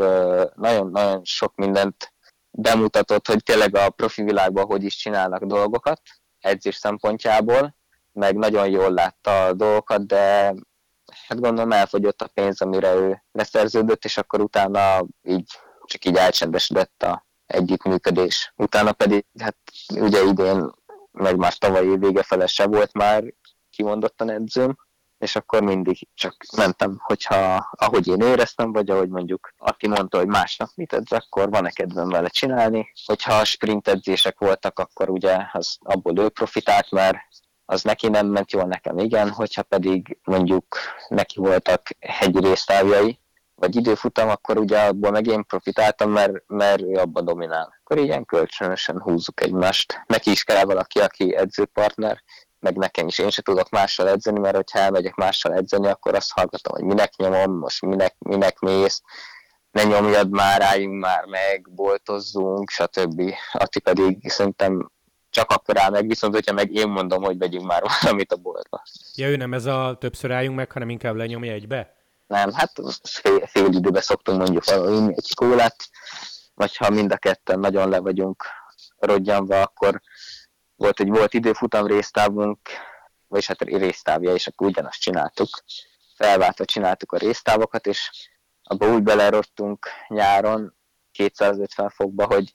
sok mindent bemutatott, hogy tényleg a profi világban hogy is csinálnak dolgokat, edzés szempontjából, meg nagyon jól látta a dolgokat, de hát gondolom elfogyott a pénz, amire ő leszerződött, és akkor utána csak így elcsendesedett a együttműködés. Utána pedig, hát ugye idén, meg már tavaly év vége fele se volt már kimondottan edzőm, és akkor mindig csak mentem, ahogy én éreztem, vagy ahogy mondjuk Atti mondta, hogy másnap mit edz, akkor van-e kedvem vele csinálni. Hogyha sprint edzések voltak, akkor ugye abból ő profitált, mert az neki nem ment jól, nekem igen, hogyha pedig mondjuk neki voltak hegyi résztávjai, vagy időfutam, akkor ugye abból meg én profitáltam, mert ő abban dominál. Akkor ilyen kölcsönösen húzzuk egymást. Neki is kell valaki, aki edzőpartner, meg nekem is. Én se tudok mással edzeni, mert hogyha elmegyek mással edzeni, akkor azt hallgatom, hogy minek nyomom, most minek mész, ne nyomjad már, álljunk már meg, boltozzunk, stb. Atti pedig szerintem csak akkor áll meg, viszont hogyha meg én mondom, hogy vegyünk már valamit a boltba. Ja, ő nem ez a többször álljunk meg, hanem inkább lenyomja egybe? Nem, hát fél időben szoktunk mondjuk valami egy kólát, vagy ha mind a ketten nagyon le vagyunk rodjanva, akkor volt időfutam résztávunk, vagyis hát résztávja, és akkor ugyanazt csináltuk. Felváltva csináltuk a résztávokat, és abba úgy belerodtunk nyáron 250 fokba, hogy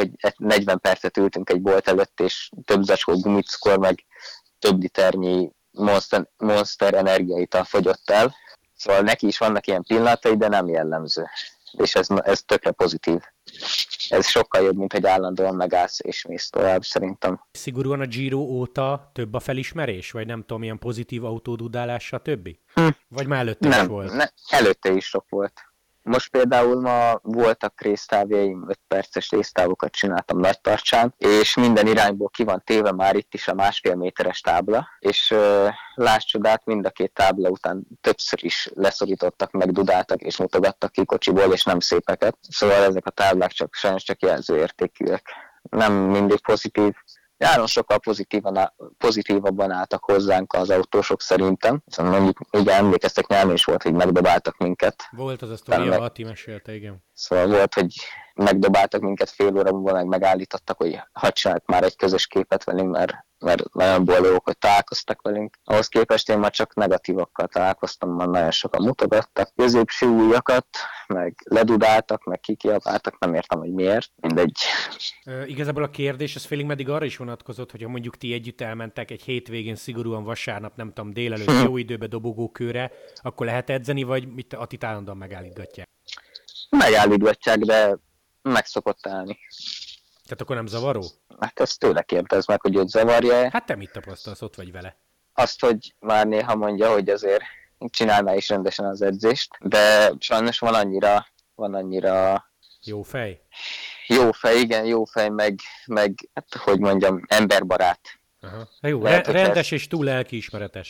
40 percet ültünk egy bolt előtt, és több zacskó gumicukrot, meg több liternyi Monster energiaital fogyott el. Szóval neki is vannak ilyen pillanatai, de nem jellemző. És ez tökre pozitív. Ez sokkal jobb, mint hogy állandóan megállsz és mész tovább, szerintem. Szigorúan a Giro óta több a felismerés? Vagy nem tudom, ilyen pozitív autódudálás, stb.? Vagy már előtte is volt? Előtte is sok volt. Most például ma voltak résztávjaim, 5 perces résztávokat csináltam Nagytartsán, és minden irányból ki van téve már itt is a 1,5 méteres tábla, és láss csodát, mind a két tábla után többször is leszorítottak, meg dudáltak és mutogattak ki kocsiból, és nem szépeket. Szóval ezek a táblák sajnos csak jelzőértékűek. Nem mindig pozitív. Járon sokkal pozitívabban álltak hozzánk az autósok szerintem. Szóval mondjuk, igen, emlékeztek, nyáron is volt, hogy megdobáltak minket. Volt az a sztoria, Ati mesélte, igen. Szóval volt, hogy megdobáltak minket fél óra múlva, megállítottak, hogy hadd csinált már egy közös képet velünk, mert nagyon boldogok, hogy találkoztak velünk. Ahhoz képest én már csak negatívokkal találkoztam, már nagyon sokan mutogattak középső újakat, meg ledudáltak, meg kikiabáltak, nem értem, hogy miért, mindegy. Igazából a kérdés, ez félig meddig arra is vonatkozott, hogyha mondjuk ti együtt elmentek egy hétvégén, szigorúan vasárnap, nem tudom, délelőtt jó időbe dobogókőre, akkor lehet edzeni, vagy mit Atit állandóan megállítgatják? Megállítgatják, de meg szokott állni. Tehát akkor nem zavaró? Hát ezt tőle kérdezd meg, hogy őt zavarja-e. Hát te mit tapasztalsz, ott vagy vele? Azt, hogy már néha mondja, hogy azért csinálná is rendesen az edzést, de sajnos van annyira... Jó fej? Jó fej, igen, jó fej, meg hát, hogy mondjam, emberbarát. Aha. Jó, Lehet, rendes és túl lelkiismeretes.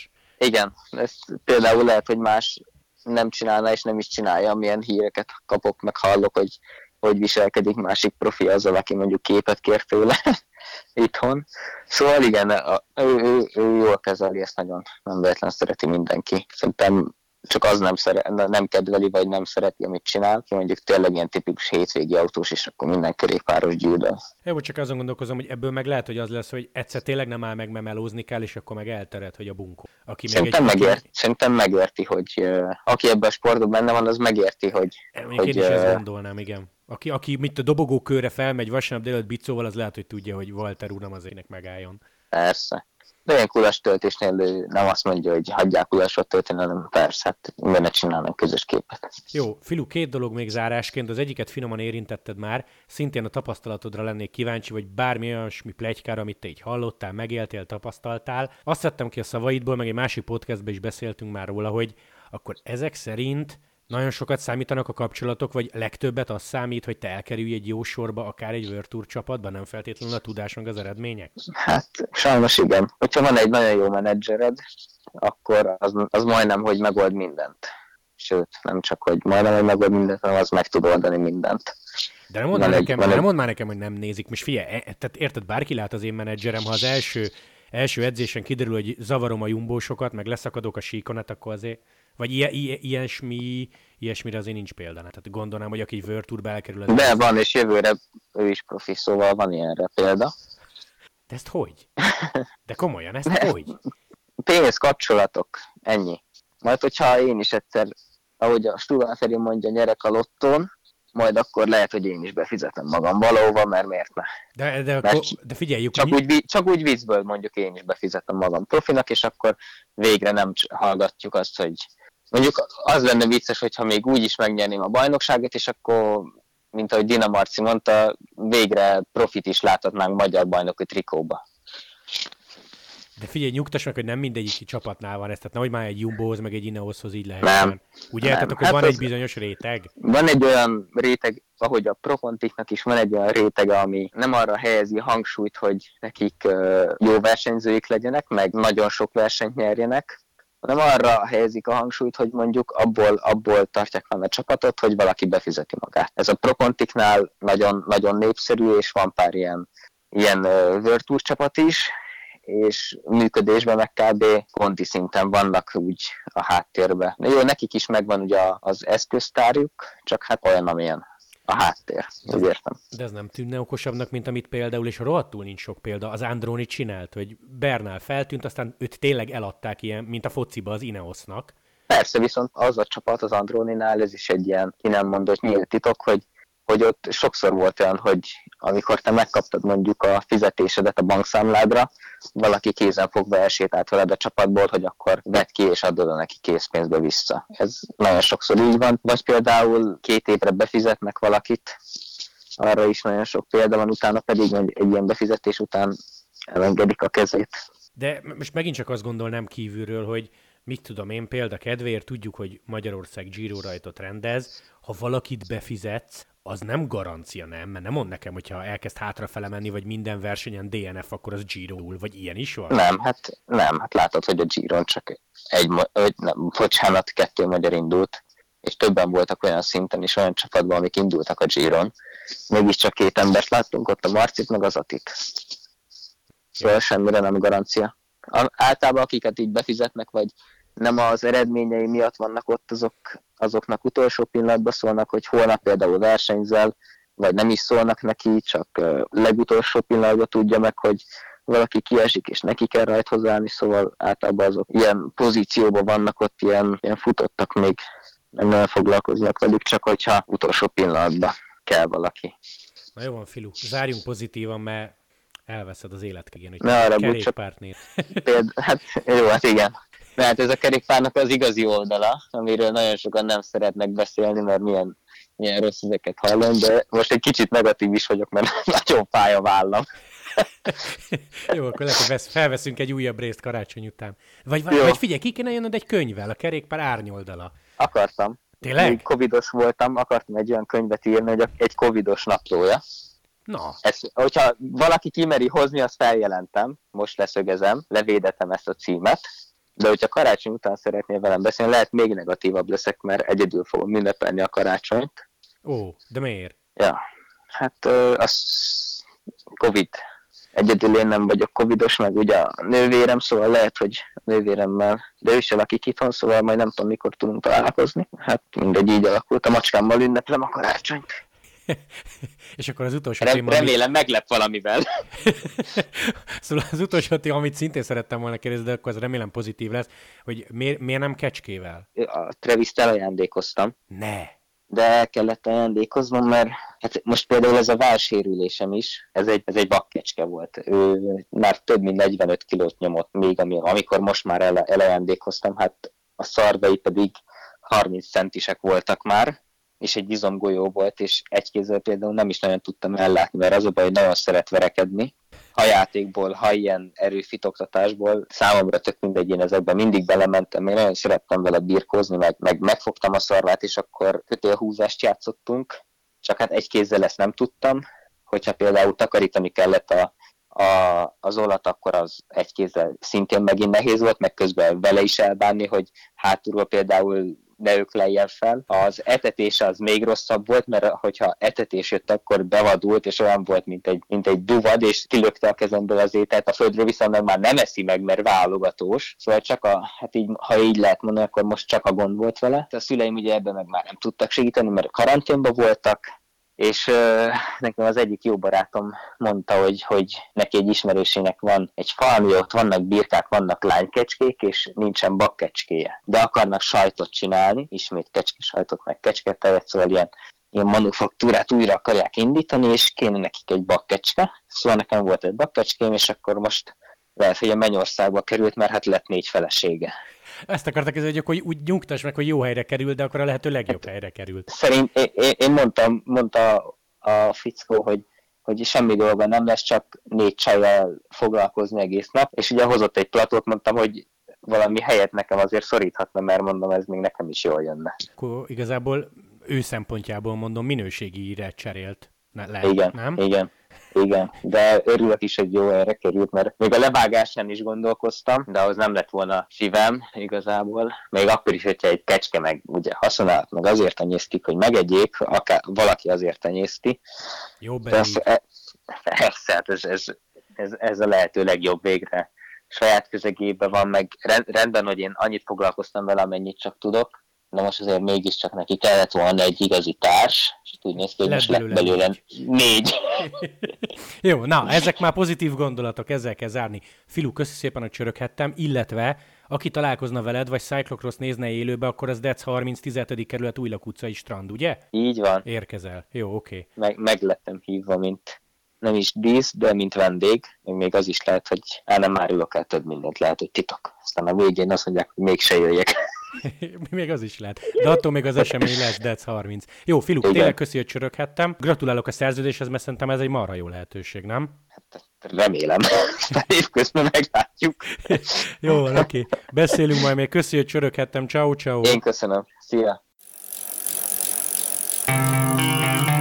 Igen, ezt például lehet, hogy más nem csinálna és nem is csinálja, amilyen híreket kapok, meg hallok, hogy viselkedik másik profi azzal, aki mondjuk képet kér tőle itthon. Szóval igen, ő jól kezeli, ezt nagyon nem véletlen szereti mindenki. Szerintem csak az nem kedveli, vagy nem szereti, amit csinál, ki mondjuk tényleg ilyen tipikus hétvégi autós, és akkor minden kerékpáros gyűlöl. Jó, csak azon gondolkozom, hogy ebből meg lehet, hogy az lesz, hogy egyszer tényleg nem áll meg, mert melózni kell, és akkor meg eltered, hogy a bunkó. Aki Szerintem megérti, hogy aki ebben a sportban benne van, az megérti, hogy... Én is ezt gondolnám, igen. Aki mit a dobogókőre felmegy vasárnap délután bicóval, az lehet, hogy tudja, hogy Walter úr nem az ének megálljon. Persze. De ilyen kulas töltésnél ő nem azt mondja, hogy hagyják kulasot tölteni, hanem persze, hát mindenre csinálnak közös képet. Jó, Filu, 2 dolog még zárásként, az egyiket finoman érintetted már, szintén a tapasztalatodra lennék kíváncsi, vagy bármi olyasmi pletykára, amit te így hallottál, megéltél, tapasztaltál. Azt vettem ki a szavaidból, meg egy másik podcastben is beszéltünk már róla, hogy akkor ezek szerint nagyon sokat számítanak a kapcsolatok, vagy legtöbbet az számít, hogy te elkerülj egy jó sorba, akár egy World Tour csapatban, nem feltétlenül a tudás meg az eredmények? Hát sajnos igen. Hogyha van egy nagyon jó menedzsered, akkor az majdnem, hogy megold mindent. Sőt, nem csak, hogy majdnem, hogy megold mindent, hanem az meg tud oldani mindent. De nem mondd már nekem, hogy nem nézik. Most figyelj, tehát érted, bárki lát az én menedzserem, ha az első edzésen kiderül, hogy zavarom a jumbósokat, meg leszakadok a síkon, hát akkor azért... Vagy ilyesmire azért nincs példa. Tehát gondolnám, hogy aki egy World Tourba elkerül... De van, és jövőre ő is profi, szóval van ilyenre példa. De ezt hogy? De komolyan, ezt hogy? Pénz, kapcsolatok, ennyi. Majd, hogyha én is egyszer, ahogy a Stubán Feri mondja, nyerek a lottón, majd akkor lehet, hogy én is befizetem magam valahova, mert miért ne? De figyeljük, csak úgy viccből mondjuk én is befizetem magam profinak, és akkor végre nem hallgatjuk azt, hogy mondjuk az lenne vicces, hogyha még úgy is megnyerném a bajnokságot, és akkor, mint ahogy Dina Marci mondta, végre profit is láthatnánk magyar bajnoki trikóba. De figyelj, nyugtass meg, hogy nem mindegyik csapatnál van ez, tehát nehogy már egy Jumbohoz, meg egy Ineoshoz így lehet. Nem. Ugye, nem. Tehát akkor van egy bizonyos réteg? Van egy olyan réteg, ahogy a Prokontiknak is van egy olyan rétege, ami nem arra helyezi a hangsúlyt, hogy nekik jó versenyzőik legyenek, meg nagyon sok versenyt nyerjenek, hanem arra helyezik a hangsúlyt, hogy mondjuk abból tartják fel a csapatot, hogy valaki befizeti magát. Ez a Prokontiknál nagyon, nagyon népszerű, és van pár ilyen World Tour csapat is, és működésben meg kb. Konti szinten vannak úgy a háttérben. De jó, nekik is megvan ugye az eszköztárjuk, csak hát olyan, amilyen a háttér, úgy értem. De ez nem tűnne okosabbnak, mint amit például, és rohadtul nincs sok példa, az Androni csinált, hogy Bernál feltűnt, aztán őt tényleg eladták ilyen, mint a fociba az Ineosnak. Persze, viszont az a csapat az Androninál, ez is egy ilyen ki nem mondott nyílt titok, hogy ott sokszor volt olyan, hogy amikor te megkaptad mondjuk a fizetésedet a bankszámládra, valaki kézen fogva elsétált veled a csapatból, hogy akkor vedd ki és adod neki készpénzbe vissza. Ez nagyon sokszor így van. Vagy például 2 évre befizetnek valakit, arra is nagyon sok példa van, utána pedig egy ilyen befizetés után elengedik a kezét. De most megint csak azt gondolnám kívülről, hogy mit tudom én, példa kedvéért tudjuk, hogy Magyarország Giro rajtot rendez, ha valakit befizetsz, az nem garancia, nem? Mert nem mond nekem, hogyha elkezd hátrafele menni, vagy minden versenyen DNF, akkor az Giro-ul, vagy ilyen is van? Nem, hát látod, hogy a Giron csak 2 magyar indult, és többen voltak olyan szinten és olyan csapatban, amik indultak a Giron. Mégiscsak 2 embert láttunk, ott a Marcit, meg az Atit. Szóval semmire nem garancia. Általában akiket így befizetnek, vagy nem az eredményei miatt vannak ott, azoknak utolsó pillanatban szólnak, hogy holnap például versenyzel, vagy nem is szólnak neki, csak legutolsó pillanatban tudja meg, hogy valaki kiesik, és neki kell rajthoz állni, szóval általában azok ilyen pozícióban vannak ott, ilyen futottak még, nem nagyon foglalkoznak velük, csak hogyha utolsó pillanatban kell valaki. Na jó van, Filu, zárjunk pozitívan, mert elveszed az életkegén, hogy kerékpárt néz. Hát jó, hát igen. Mert ez a kerékpárnak az igazi oldala, amiről nagyon sokan nem szeretnek beszélni, mert milyen rossz ezeket hallom, de most egy kicsit negatív is vagyok, mert nagyon fáj a vállam. Jó, akkor lehet, hogy felveszünk egy újabb részt karácsony után. Vagy figyelj, ki kéne jönnöd egy könyvvel, a kerékpár árnyoldala. Akartam. Tényleg? Még covidos voltam, akartam egy olyan könyvet írni, hogy egy covidos naplója. Na. Hogyha valaki kimeri hozni, azt feljelentem, most leszögezem, levédetem ezt a címet. De hogyha karácsony után szeretnél velem beszélni, lehet még negatívabb leszek, mert egyedül fogom ünnepelni a karácsonyt. Ó, de miért? Ja, hát az Covid. Egyedül én nem vagyok covidos, meg ugye a nővérem, szóval lehet, hogy a nővéremmel, de ő se lakik itthon, szóval majd nem tudom, mikor tudunk találkozni. Hát mindegy, így alakult. A macskámmal ünneplem a karácsonyt. És akkor az utolsó téma... Remélem meglep valamivel. Szóval az utolsó téma, amit szintén szerettem volna kérdezni, de akkor az remélem pozitív lesz, hogy miért nem kecskével? A Travis-t elajándékoztam. Ne! De el kellett ajándékoznom, mert hát most például ez a válsérülésem is, ez egy vakkecske volt. Ő már több mint 45 kilót nyomott még, amikor most már elajándékoztam, hát a szarvai pedig 30 centisek voltak már, és egy izomgolyó volt, és egy kézzel például nem is nagyon tudtam ellátni, mert az a baj, hogy nagyon szeret verekedni. Ha játékból, ha ilyen erőfitoktatásból, számomra tök mindegy, én ezekben mindig belementem, még nagyon szerettem vele birkózni, meg megfogtam a szarvát, és akkor kötélhúzást játszottunk, csak hát egy kézzel ezt nem tudtam, hogyha például takarítani kellett az olat, akkor az egy kézzel szintén megint nehéz volt, meg közben vele is elbánni, hogy hátulról például ne ökleljen fel. Az etetés az még rosszabb volt, mert hogyha etetés jött, akkor bevadult, és olyan volt, mint egy duvad, és kilökte a kezemből az ételt. A földről viszont már nem eszi meg, mert válogatós. Szóval csak hát így, ha így lehet mondani, akkor most csak a gond volt vele. A szüleim ugye ebben meg már nem tudtak segíteni, mert karanténban voltak, és nekem az egyik jó barátom mondta, hogy neki egy ismerősének van egy falmi, ott vannak birkák, vannak lánykecskék, és nincsen bakkecskéje. De akarnak sajtot csinálni, ismét kecskesajtot, meg kecsketejet, szóval ilyen manufaktúrát újra akarják indítani, és kéne nekik egy bakkecske. Szóval nekem volt egy bakkecském, és akkor most lehet, hogy a Mennyországba került, mert hát lett 4 felesége. Ezt akartak ez, hogy akkor úgy nyugtass meg, hogy jó helyre került, de akkor a lehető legjobb helyre került. Szerint én mondta a fickó, hogy semmi dolga nem lesz, csak 4 csajjal foglalkozni egész nap, és ugye hozott egy platót, mondtam, hogy valami helyet nekem azért szoríthatna, mert mondom, ez még nekem is jól jönne. Akkor igazából ő szempontjából mondom, minőségire cserélt. Igen, nem? Igen, de örülök is, hogy jó helyre került, mert még a levágásán is gondolkoztam, de ahhoz nem lett volna szívem igazából. Még akkor is, hogyha egy kecske meg ugye haszonállat, meg azért tenyésztik, hogy megegyék, akár valaki azért tenyészti. Jó persze, hát ez a lehető legjobb végre. Saját közegében van, meg rendben, hogy én annyit foglalkoztam vele, amennyit csak tudok, de most azért mégiscsak neki kellett volna egy igazi társ, és úgy néz ki, hogy most lett belőle 4. Jó, na, ezek már pozitív gondolatok, ezzel kell zárni. Filu, köszi szépen, hogy csöröghettem, illetve aki találkozna veled, vagy Cyclocross nézne élőbe, akkor az Dec 30 10. kerület Újlak utcai strand, ugye? Így van. Érkezel. Jó, oké. Meg lettem hívva, mint nem is dísz, de mint vendég. Még az is lehet, hogy nem árulok el több mindent, lehet, hogy titok. Aztán a végén azt mondják, hogy mégse jöjjek. Még az is lehet. De attól még az esemény lesz Dec 30. Jó, Filuk, tényleg köszi, hogy csöröghettem. Gratulálok a szerződéshez, mert szerintem ez egy marha jó lehetőség, nem? Hát remélem. Aztán évközben meglátjuk. Jó, oké. Beszélünk majd még. Köszi, hogy csöröghettem. Ciao, ciao. Én köszönöm. Szia.